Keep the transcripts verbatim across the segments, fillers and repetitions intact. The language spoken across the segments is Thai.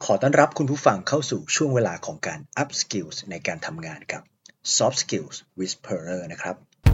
ขอต้อนรับคุณผู้ฟังเข้าสู่ช่วงเวลาของการ Up Skills ในการทำงานกับ Soft Skills Whisperer นะครับ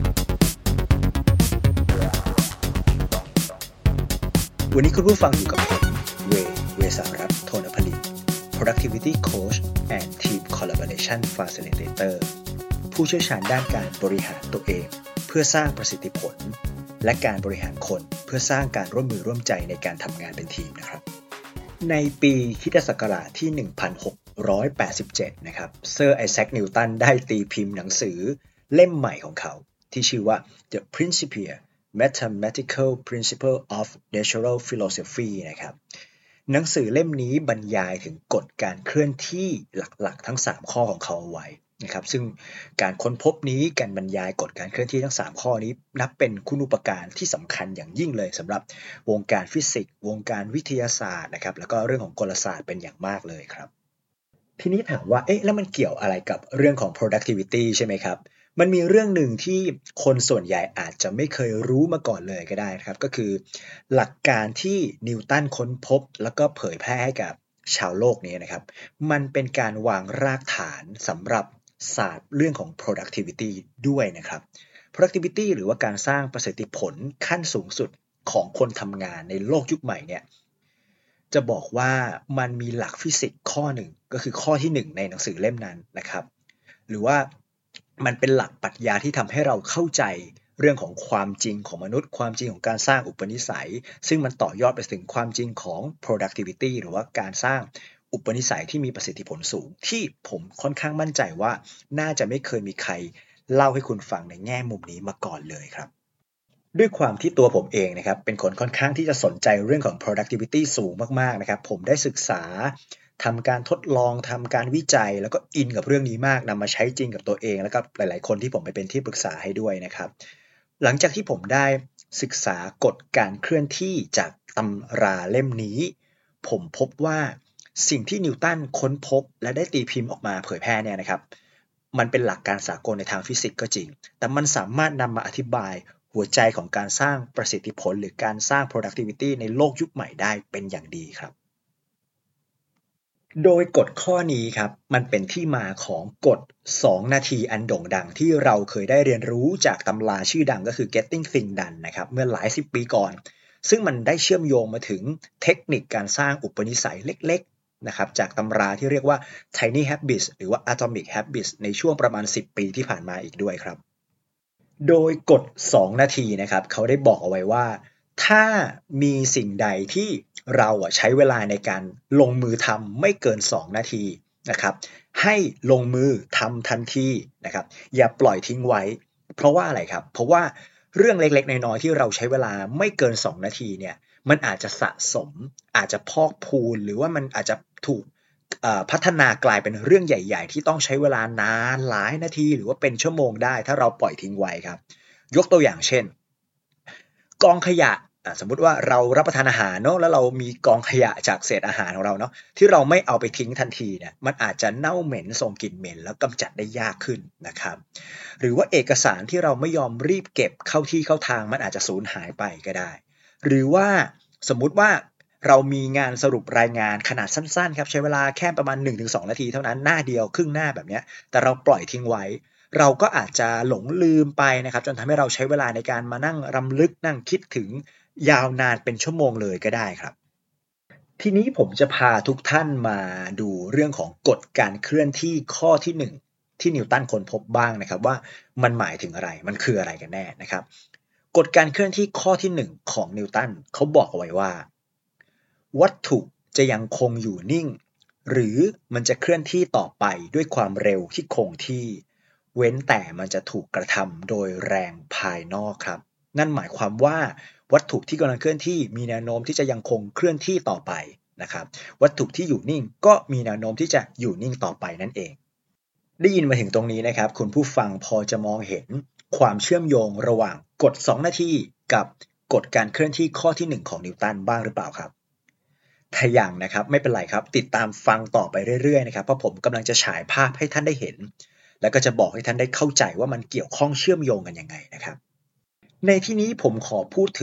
วันนี้คุณผู้ฟังอยู่กับผมเวเวสารัตน์โทนพลิน Productivity Coach and Team Collaboration Facilitator ผู้เชี่ยวชาญด้านการบริหารตัวเองเพื่อสร้างประสิทธิผลและการบริหารคนเพื่อสร้างการร่วมมือร่วมใจในการทำงานเป็นทีมนะครับในปีคริสตศักราชที่ หนึ่งพันหกร้อยแปดสิบเจ็ด นะครับเซอร์ไอแซคนิวตันได้ตีพิมพ์หนังสือเล่มใหม่ของเขาที่ชื่อว่า The Principia Mathematical Principle of Natural Philosophy นะครับหนังสือเล่มนี้บรรยายถึงกฎการเคลื่อนที่หลักๆทั้งสามข้อของเขาเอาไว้นะครับซึ่งการค้นพบนี้การบรรยายกฎการเคลื่อนที่ทั้งสามข้อนี้นับเป็นคุณูปการที่สำคัญอย่างยิ่งเลยสำหรับวงการฟิสิกส์วงการวิทยาศาสตร์นะครับแล้วก็เรื่องของกลศาสตร์เป็นอย่างมากเลยครับทีนี้ถามว่าเอ๊ะแล้วมันเกี่ยวอะไรกับเรื่องของ productivity ใช่ไหมครับมันมีเรื่องหนึ่งที่คนส่วนใหญ่อาจจะไม่เคยรู้มาก่อนเลยก็ได้ครับก็คือหลักการที่นิวตันค้นพบแล้วก็เผยแพร่ให้กับชาวโลกนี้นะครับมันเป็นการวางรากฐานสำหรับศาสตร์เรื่องของ productivity ด้วยนะครับ productivity หรือว่าการสร้างประสิทธิผลขั้นสูงสุดของคนทำงานในโลกยุคใหม่เนี่ยจะบอกว่ามันมีหลักฟิสิกส์ข้อหนึ่งก็คือข้อที่หนึ่งในหนังสือเล่มนั้นนะครับหรือว่ามันเป็นหลักปรัชญาที่ทำให้เราเข้าใจเรื่องของความจริงของมนุษย์ความจริงของการสร้างอุปนิสัยซึ่งมันต่อยอดไปถึงความจริงของ productivity หรือว่าการสร้างอุปนิสัยที่มีประสิทธิผลสูงที่ผมค่อนข้างมั่นใจว่าน่าจะไม่เคยมีใครเล่าให้คุณฟังในแง่มุมนี้มาก่อนเลยครับด้วยความที่ตัวผมเองนะครับเป็นคนค่อนข้างที่จะสนใจเรื่องของ productivity สูงมากๆนะครับผมได้ศึกษาทำการทดลองทำการวิจัยแล้วก็อินกับเรื่องนี้มากนำมาใช้จริงกับตัวเองแล้วก็หลายๆคนที่ผมไปเป็นที่ปรึกษาให้ด้วยนะครับหลังจากที่ผมได้ศึกษากฎการเคลื่อนที่จากตำราเล่มนี้ผมพบว่าสิ่งที่นิวตันค้นพบและได้ตีพิมพ์ออกมาเผยแพร่เนี่ยนะครับมันเป็นหลักการสากลในทางฟิสิกส์ก็จริงแต่มันสามารถนำมาอธิบายหัวใจของการสร้างประสิทธิผลหรือการสร้าง productivity ในโลกยุคใหม่ได้เป็นอย่างดีครับโดยกฎข้อนี้ครับมันเป็นที่มาของกฎสองนาทีอันโด่งดังที่เราเคยได้เรียนรู้จากตำราชื่อดังก็คือ Getting Things Done นะครับเมื่อหลายสิบปีก่อนซึ่งมันได้เชื่อมโยงมาถึงเทคนิคการสร้างอุปนิสัยเล็กๆนะครับจากตำราที่เรียกว่า Tiny Habits หรือว่า Atomic Habits ในช่วงประมาณสิบปีที่ผ่านมาอีกด้วยครับโดยกฎสองนาทีนะครับเขาได้บอกเอาไว้ว่าถ้ามีสิ่งใดที่เราใช้เวลาในการลงมือทำไม่เกินสองนาทีนะครับให้ลงมือทำทันทีนะครับอย่าปล่อยทิ้งไว้เพราะว่าอะไรครับเพราะว่าเรื่องเล็กๆน้อยๆที่เราใช้เวลาไม่เกินสองนาทีเนี่ยมันอาจจะสะสมอาจจะพอกพูนหรือว่ามันอาจจะถูกพัฒนากลายเป็นเรื่องใหญ่ๆที่ต้องใช้เวลานานหลายนาทีหรือว่าเป็นชั่วโมงได้ถ้าเราปล่อยทิ้งไว้ครับยกตัวอย่างเช่นกองขยะสมมุติว่าเรารับประทานอาหารเนาะแล้วเรามีกองขยะจากเศษอาหารของเราเนาะที่เราไม่เอาไปทิ้งทันทีเนี่ยมันอาจจะเน่าเหม็นส่งกลิ่นเหม็นแล้วกำจัดได้ยากขึ้นนะครับหรือว่าเอกสารที่เราไม่ยอมรีบเก็บเข้าที่เข้าทางมันอาจจะสูญหายไปก็ได้หรือว่าสมมุติว่าเรามีงานสรุปรายงานขนาดสั้นๆครับใช้เวลาแค่ประมาณ หนึ่งถึงสอง นาทีเท่านั้นหน้าเดียวครึ่งหน้าแบบนี้แต่เราปล่อยทิ้งไว้เราก็อาจจะหลงลืมไปนะครับจนทำให้เราใช้เวลาในการมานั่งรำลึกนั่งคิดถึงยาวนานเป็นชั่วโมงเลยก็ได้ครับทีนี้ผมจะพาทุกท่านมาดูเรื่องของกฎการเคลื่อนที่ข้อที่หนึ่งที่นิวตันค้นพบบ้างนะครับว่ามันหมายถึงอะไรมันคืออะไรกันแน่นะครับกฎการเคลื่อนที่ข้อที่หนึ่งของนิวตันเขาบอกเอาไว้ว่าวัตถุจะยังคงอยู่นิ่งหรือมันจะเคลื่อนที่ต่อไปด้วยความเร็วที่คงที่เว้นแต่มันจะถูกกระทำโดยแรงภายนอกครับนั่นหมายความว่าวัตถุที่กำลังเคลื่อนที่มีแนวโน้มที่จะยังคงเคลื่อนที่ต่อไปนะครับวัตถุที่อยู่นิ่งก็มีแนวโน้มที่จะอยู่นิ่งต่อไปนั่นเองได้ยินมาถึงตรงนี้นะครับคุณผู้ฟังพอจะมองเห็นความเชื่อมโยงระหว่างกฎสองนาทีกับกฎการเคลื่อนที่ข้อที่หนึ่งของนิวตันบ้างหรือเปล่าครับถ้าอย่างนะครับไม่เป็นไรครับติดตามฟังต่อไปเรื่อยๆนะครับเพราะผมกำลังจะฉายภาพให้ท่านได้เห็นแล้วก็จะบอกให้ท่านได้เข้าใจว่ามันเกี่ยวข้องเชื่อมโยงกันยังไงนะครับในที่นี้ผมขอพูดถึง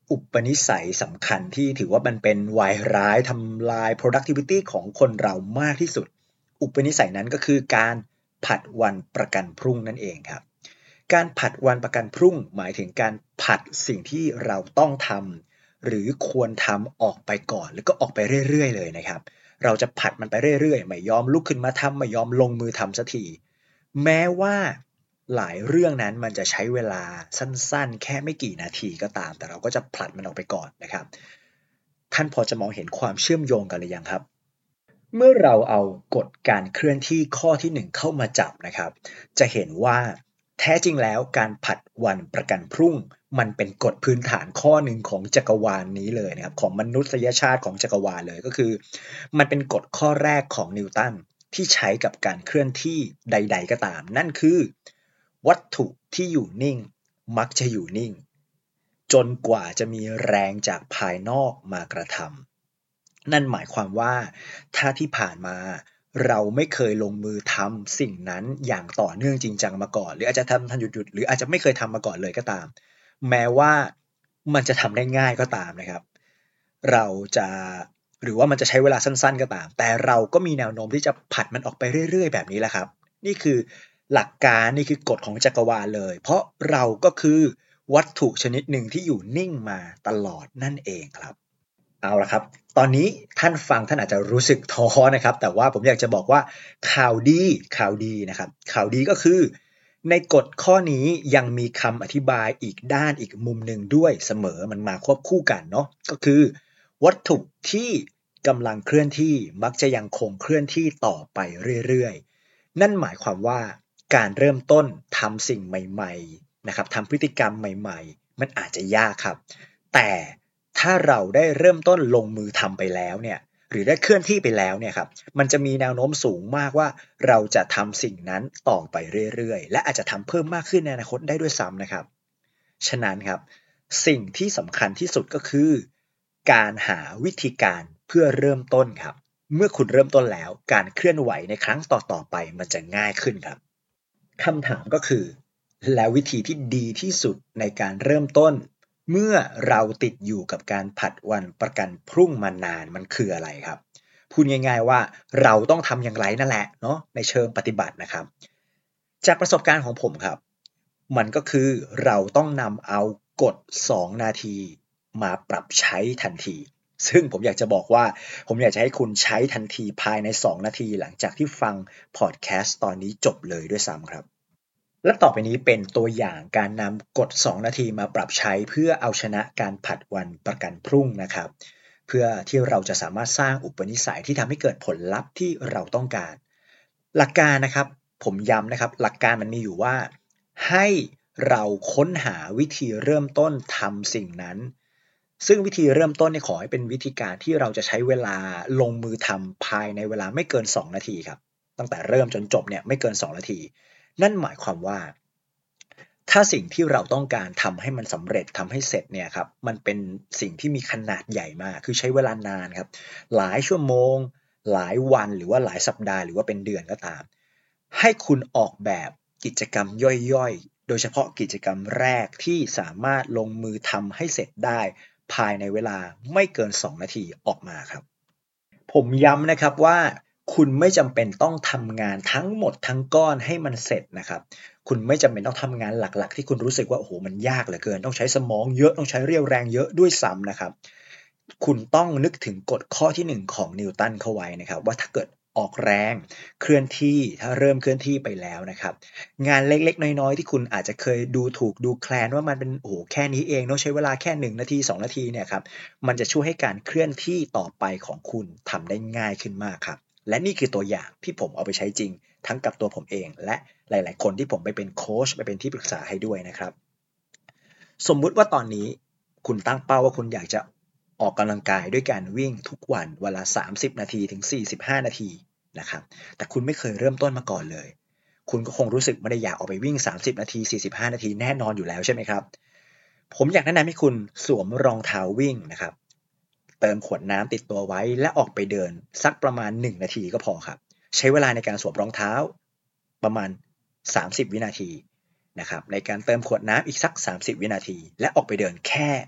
อุปนิสัยสำคัญที่ถือว่ามันเป็นวายร้ายทำลาย productivity ของคนเรามากที่สุดอุปนิสัยนั้นก็คือการผัดวันประกันพรุ่งนั่นเองครับการผัดวันประกันพรุ่งหมายถึงการผัดสิ่งที่เราต้องทำหรือควรทำออกไปก่อนแล้วก็ออกไปเรื่อยๆเลยนะครับเราจะผัดมันไปเรื่อยๆไม่ยอมลุกขึ้นมาทำไม่ยอมลงมือทำสักทีแม้ว่าหลายเรื่องนั้นมันจะใช้เวลาสั้นๆแค่ไม่กี่นาทีก็ตามแต่เราก็จะผลัดมันออกไปก่อนนะครับท่านพอจะมองเห็นความเชื่อมโยงกันหรือยังครับเมื่อเราเอากฎการเคลื่อนที่ข้อที่หนึ่งเข้ามาจับนะครับจะเห็นว่าแท้จริงแล้วการผัดวันประกันพรุ่งมันเป็นกฎพื้นฐานข้อหนึ่งของจักรวาล น, นี้เลยนะครับของมนุษยชาติของจักรวาลเลยก็คือมันเป็นกฎข้อแรกของนิวตันที่ใช้กับการเคลื่อนที่ใดๆก็ตามนั่นคือวัตถุที่อยู่นิ่งมักจะอยู่นิ่งจนกว่าจะมีแรงจากภายนอกมากระทำนั่นหมายความว่าถ้าที่ผ่านมาเราไม่เคยลงมือทำสิ่งนั้นอย่างต่อเนื่องจริงจังมาก่อนหรืออาจจะทำทันหยุดๆหรืออาจจะไม่เคยทำมาก่อนเลยก็ตามแม้ว่ามันจะทำได้ง่ายก็ตามนะครับเราจะหรือว่ามันจะใช้เวลาสั้นๆก็ตามแต่เราก็มีแนวโน้มที่จะผัดมันออกไปเรื่อยๆแบบนี้แหละครับนี่คือหลักการนี่คือกฎของจักรวาลเลยเพราะเราก็คือวัตถุชนิดหนึ่งที่อยู่นิ่งมาตลอดนั่นเองครับเอาละครับตอนนี้ท่านฟังท่านอาจจะรู้สึกท้อนะครับแต่ว่าผมอยากจะบอกว่าข่าวดีข่าวดีนะครับข่าวดีก็คือในกฎข้อนี้ยังมีคำอธิบายอีกด้านอีกมุมหนึ่งด้วยเสมอมันมาควบคู่กันเนาะก็คือวัตถุที่กำลังเคลื่อนที่มักจะยังคงเคลื่อนที่ต่อไปเรื่อยๆนั่นหมายความว่าการเริ่มต้นทำสิ่งใหม่ๆนะครับทำพฤติกรรมใหม่ๆมันอาจจะยากครับแต่ถ้าเราได้เริ่มต้นลงมือทำไปแล้วเนี่ยหรือได้เคลื่อนที่ไปแล้วเนี่ยครับมันจะมีแนวโน้มสูงมากว่าเราจะทำสิ่งนั้นต่อไปเรื่อยๆและอาจจะทำเพิ่มมากขึ้นในอนาคตได้ด้วยซ้ำนะครับฉะนั้นครับสิ่งที่สำคัญที่สุดก็คือการหาวิธีการเพื่อเริ่มต้นครับเมื่อคุณเริ่มต้นแล้วการเคลื่อนไหวในครั้งต่อๆไปมันจะง่ายขึ้นครับคำถามก็คือแล้ววิธีที่ดีที่สุดในการเริ่มต้นเมื่อเราติดอยู่กับการผัดวันประกันพรุ่งมานานมันคืออะไรครับพูดง่ายๆว่าเราต้องทำอย่างไรนั่นแหละเนาะในเชิงปฏิบัตินะครับจากประสบการณ์ของผมครับมันก็คือเราต้องนำเอากฎสองนาทีมาปรับใช้ทันทีซึ่งผมอยากจะบอกว่าผมอยากจะให้คุณใช้ทันทีภายในสองนาทีหลังจากที่ฟังพอดแคสต์ตอนนี้จบเลยด้วยซ้ำครับและต่อไปนี้เป็นตัวอย่างการนำกฎสองนาทีมาปรับใช้เพื่อเอาชนะการผัดวันประกันพรุ่งนะครับเพื่อที่เราจะสามารถสร้างอุปนิสัยที่ทำให้เกิดผลลัพธ์ที่เราต้องการหลักการนะครับผมย้ำนะครับหลักการมันมีอยู่ว่าให้เราค้นหาวิธีเริ่มต้นทำสิ่งนั้นซึ่งวิธีเริ่มต้นเนี่ยขอให้เป็นวิธีการที่เราจะใช้เวลาลงมือทำภายในเวลาไม่เกินสองนาทีครับตั้งแต่เริ่มจนจบเนี่ยไม่เกินสองนาทีนั่นหมายความว่าถ้าสิ่งที่เราต้องการทำให้มันสำเร็จทำให้เสร็จเนี่ยครับมันเป็นสิ่งที่มีขนาดใหญ่มากคือใช้เวลานานครับหลายชั่วโมงหลายวันหรือว่าหลายสัปดาห์หรือว่าเป็นเดือนก็ตามให้คุณออกแบบกิจกรรมย่อยๆโดยเฉพาะกิจกรรมแรกที่สามารถลงมือทำให้เสร็จได้ภายในเวลาไม่เกินสองนาทีออกมาครับผมย้ำนะครับว่าคุณไม่จำเป็นต้องทำงานทั้งหมดทั้งก้อนให้มันเสร็จนะครับคุณไม่จำเป็นต้องทำงานหลักๆที่คุณรู้สึกว่าโอ้โหมันยากเหลือเกินต้องใช้สมองเยอะต้องใช้เรี่ยวแรงเยอะด้วยซ้ำนะครับคุณต้องนึกถึงกฎข้อที่หนึ่งของนิวตันเข้าไว้นะครับว่าถ้าเกิดออกแรงเคลื่อนที่ถ้าเริ่มเคลื่อนที่ไปแล้วนะครับงานเล็กๆน้อยๆที่คุณอาจจะเคยดูถูกดูแคลนว่ามันเป็นโอ้โหแค่นี้เองเนาะใช้เวลาแค่หนึ่งนาทีสองนาทีเนี่ยครับมันจะช่วยให้การเคลื่อนที่ต่อไปของคุณทำได้ง่ายขึ้นมากครับและนี่คือตัวอย่างที่ผมเอาไปใช้จริงทั้งกับตัวผมเองและหลายๆคนที่ผมไปเป็นโค้ชไปเป็นที่ปรึกษาให้ด้วยนะครับสมมุติว่าตอนนี้คุณตั้งเป้าว่าคุณอยากจะออกกำลังกายด้วยการวิ่งทุกวันเวลาสามสิบนาทีถึงสี่สิบห้านาทีนะครับแต่คุณไม่เคยเริ่มต้นมาก่อนเลยคุณก็คงรู้สึกไม่ได้อยากออกไปวิ่งสามสิบนาทีสี่สิบห้านาทีแน่นอนอยู่แล้วใช่ไหมครับผมอยากแนะนำให้คุณสวมรองเท้าวิ่งนะครับเติมขวดน้ำติดตัวไว้และออกไปเดินสักประมาณหนึ่งนาทีก็พอครับใช้เวลาในการสวมรองเท้าประมาณสามสิบวินาทีนะครับในการเติมขวดน้ำอีกสักสามสิบวินาทีและออกไปเดินแค่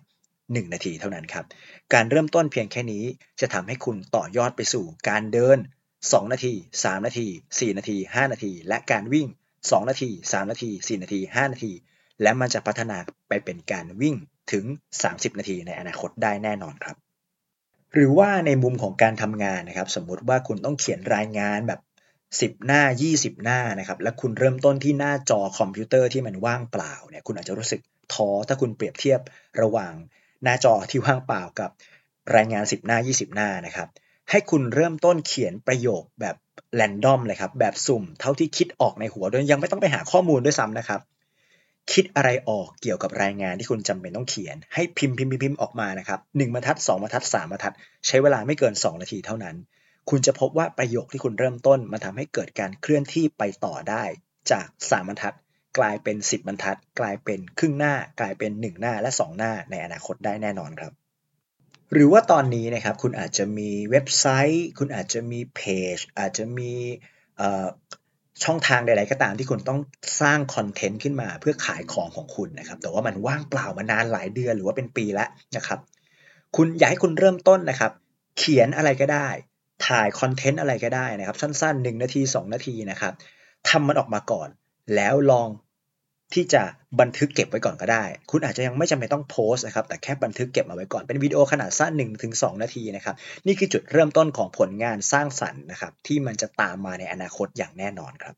หนึ่งนาทีเท่านั้นครับการเริ่มต้นเพียงแค่นี้จะทำให้คุณต่อยอดไปสู่การเดินสองนาทีสามนาทีสี่นาทีห้านาทีและการวิ่งสองนาทีสามนาทีสี่นาทีห้านาทีและมันจะพัฒนาไปเป็นการวิ่งถึงสามสิบนาทีในอนาคตได้แน่นอนครับหรือว่าในมุมของการทำงานนะครับสมมุติว่าคุณต้องเขียนรายงานแบบสิบหน้ายี่สิบหน้านะครับและคุณเริ่มต้นที่หน้าจอคอมพิวเตอร์ที่มันว่างเปล่าเนี่ยคุณอาจจะรู้สึกท้อถ้าคุณเปรียบเทียบระหว่างหน้าจอที่ว่างเปล่ากับรายงานสิบหน้ายี่สิบหน้านะครับให้คุณเริ่มต้นเขียนประโยคแบบแรนดอมเลยครับแบบสุ่มเท่าที่คิดออกในหัวโดยยังไม่ต้องไปหาข้อมูลด้วยซ้ำนะครับคิดอะไรออกเกี่ยวกับรายงานที่คุณจำเป็นต้องเขียนให้พิมพ์พิมพ์พิมพ์ออกมานะครับหนึ่งบรรทัดสองบรรทัดสามบรรทัดใช้เวลาไม่เกินสองนาทีเท่านั้นคุณจะพบว่าประโยคที่คุณเริ่มต้นมันทำให้เกิดการเคลื่อนที่ไปต่อได้จากสามบรรทัดกลายเป็นสิบบรรทัดกลายเป็นครึ่งหน้ากลายเป็นหนึ่งหน้าและสองหน้าในอนาคตได้แน่นอนครับหรือว่าตอนนี้นะครับคุณอาจจะมีเว็บไซต์คุณอาจจะมีเพจอาจจะมีช่องทางใดๆก็ตามที่คุณต้องสร้างคอนเทนต์ขึ้นมาเพื่อขายของของคุณนะครับแต่ว่ามันว่างเปล่ามานานหลายเดือนหรือว่าเป็นปีแล้วนะครับคุณอยากให้คุณเริ่มต้นนะครับเขียนอะไรก็ได้ถ่ายคอนเทนต์อะไรก็ได้นะครับสั้นๆหนึ่งนาทีสองนาทีนะครับทำมันออกมาก่อนแล้วลองที่จะบันทึกเก็บไว้ก่อนก็ได้คุณอาจจะยังไม่จำเป็นต้องโพสต์นะครับแต่แค่บันทึกเก็บเอาไว้ก่อนเป็นวิดีโอขนาดสั้น หนึ่งถึงสอง นาทีนะครับนี่คือจุดเริ่มต้นของผลงานสร้างสรรค์นะครับที่มันจะตามมาในอนาคตอย่างแน่นอนครับ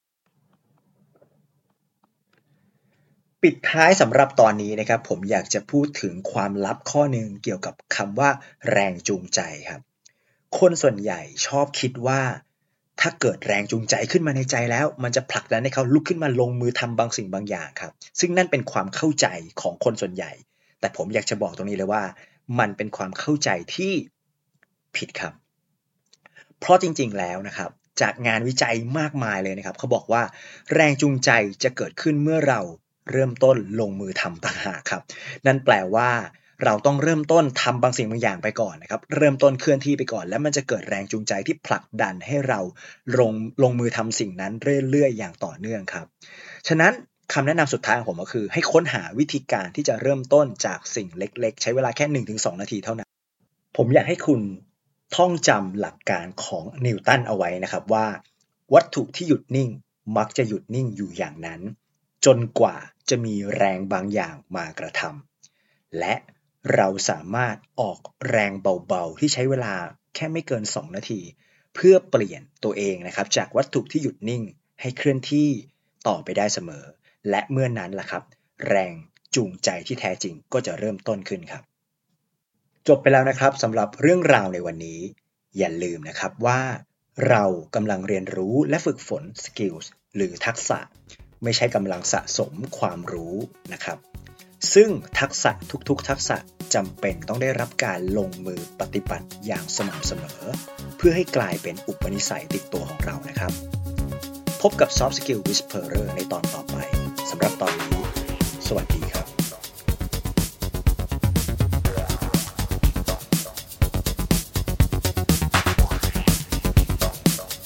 ปิดท้ายสำหรับตอนนี้นะครับผมอยากจะพูดถึงความลับข้อหนึ่งเกี่ยวกับคำว่าแรงจูงใจครับคนส่วนใหญ่ชอบคิดว่าถ้าเกิดแรงจูงใจขึ้นมาในใจแล้วมันจะผลักดันให้เขาลุกขึ้นมาลงมือทำบางสิ่งบางอย่างครับซึ่งนั่นเป็นความเข้าใจของคนส่วนใหญ่แต่ผมอยากจะบอกตรงนี้เลยว่ามันเป็นความเข้าใจที่ผิดครับเพราะจริงๆแล้วนะครับจากงานวิจัยมากมายเลยนะครับเขาบอกว่าแรงจูงใจจะเกิดขึ้นเมื่อเราเริ่มต้นลงมือทำต่างหากครับนั่นแปลว่าเราต้องเริ่มต้นทำบางสิ่งบางอย่างไปก่อนนะครับเริ่มต้นเคลื่อนที่ไปก่อนแล้วมันจะเกิดแรงจูงใจที่ผลักดันให้เราลงลงมือทำสิ่งนั้นเรื่อยๆอย่างต่อเนื่องครับฉะนั้นคำแนะนำสุดท้ายของผมก็คือให้ค้นหาวิธีการที่จะเริ่มต้นจากสิ่งเล็กๆใช้เวลาแค่ หนึ่งถึงสอง นาทีเท่านั้นผมอยากให้คุณท่องจำหลักการของนิวตันเอาไว้นะครับว่าวัตถุที่หยุดนิ่งมักจะหยุดนิ่งอยู่อย่างนั้นจนกว่าจะมีแรงบางอย่างมากระทำและเราสามารถออกแรงเบาๆที่ใช้เวลาแค่ไม่เกินสองนาทีเพื่อเปลี่ยนตัวเองนะครับจากวัตถุที่หยุดนิ่งให้เคลื่อนที่ต่อไปได้เสมอและเมื่อนั้นล่ะครับแรงจูงใจที่แท้จริงก็จะเริ่มต้นขึ้นครับจบไปแล้วนะครับสำหรับเรื่องราวในวันนี้อย่าลืมนะครับว่าเรากำลังเรียนรู้และฝึกฝน skills หรือทักษะไม่ใช่กำลังสะสมความรู้นะครับซึ่งทักษะทุกๆทักษะจำเป็นต้องได้รับการลงมือปฏิบัติอย่างสม่ำเสมอเพื่อให้กลายเป็นอุปนิสัยติดตัวของเรานะครับพบกับ Soft Skill Whisperer ในตอนต่อไปสำหรับตอนนี้สวัสดีครับ